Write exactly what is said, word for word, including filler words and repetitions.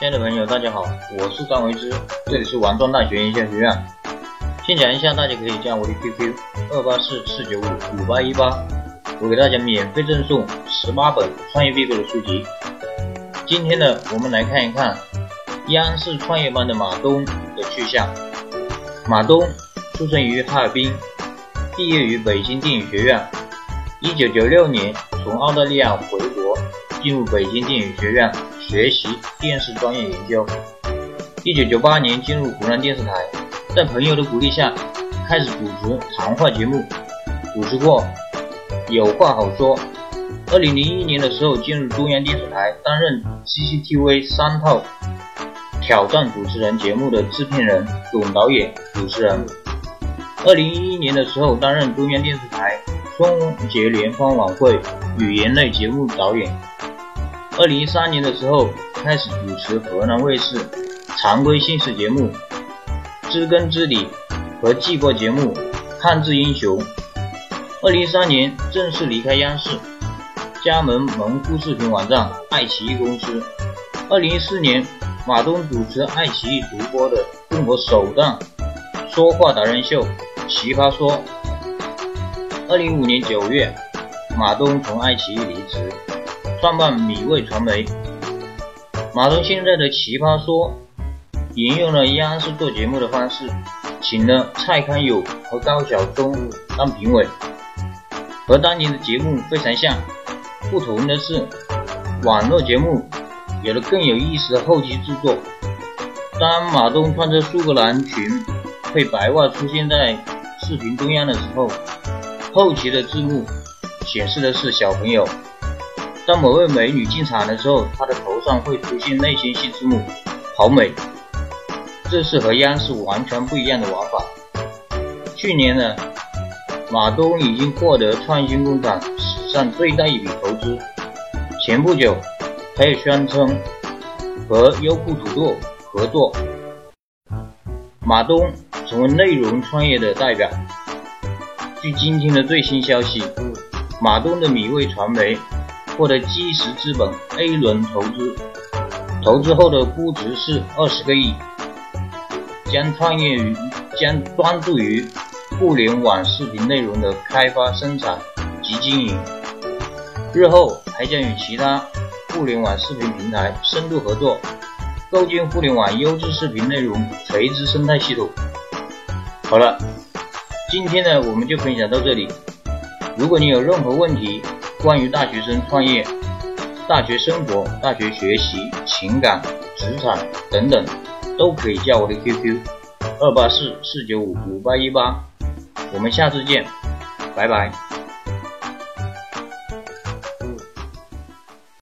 亲爱的朋友，大家好，我是张维之，这里是王庄大学营销学院。先讲一下，大家可以加我的 Q Q 二八四四九五五八一八，我给大家免费赠送十八本创业必购的书籍。今天呢，我们来看一看央视创业班的马东的去向。马东出生于哈尔滨，毕业于北京电影学院。一九九六年从澳大利亚回国，进入北京电影学院学习电视专业研究。一九九八年进入湖南电视台，在朋友的鼓励下开始主持谈话节目，主持过有话好说。二零零一年的时候进入中央电视台，担任 C C T V 三套挑战主持人节目的制片人、总导演、主持人。二零一一年的时候担任中央电视台春节联欢晚会语言类节目导演。二零一三年的时候开始主持河南卫视常规信息节目知根知底和季播节目汉字英雄。二零一三年正式离开央视，加盟门户视频网站爱奇艺公司。二零一四年马东主持爱奇艺独播的中国首档说话达人秀奇葩说。二零一五年九月，马东从爱奇艺离职，创办米味传媒。马东现在的奇葩说沿用了央视做节目的方式，请了蔡康永和高晓松当评委，和当年的节目非常像。不同的是，网络节目有了更有意思的后期制作。当马东穿着苏格兰裙配白袜出现在视频中央的时候，后期的字幕显示的是小朋友。当某位美女进场的时候，她的头上会出现内嵌系字幕，好美。这是和央视完全不一样的玩法。去年呢，马东已经获得创新工厂史上最大一笔投资。前不久，他也宣称和优酷土豆合作。马东成为内容创业的代表。据今天的最新消息，马东的米味传媒获得基石资本 A 轮投资，投资后的估值是二十个亿，将创业于将专注于互联网视频内容的开发、生产及经营，日后还将与其他互联网视频平台深度合作，构建互联网优质视频内容垂直生态系统。好了，今天呢我们就分享到这里。如果你有任何问题，关于大学生创业、大学生活、大学学习、情感、职场等等，都可以加我的 Q Q 二八四四九五五八一八。我们下次见，拜拜。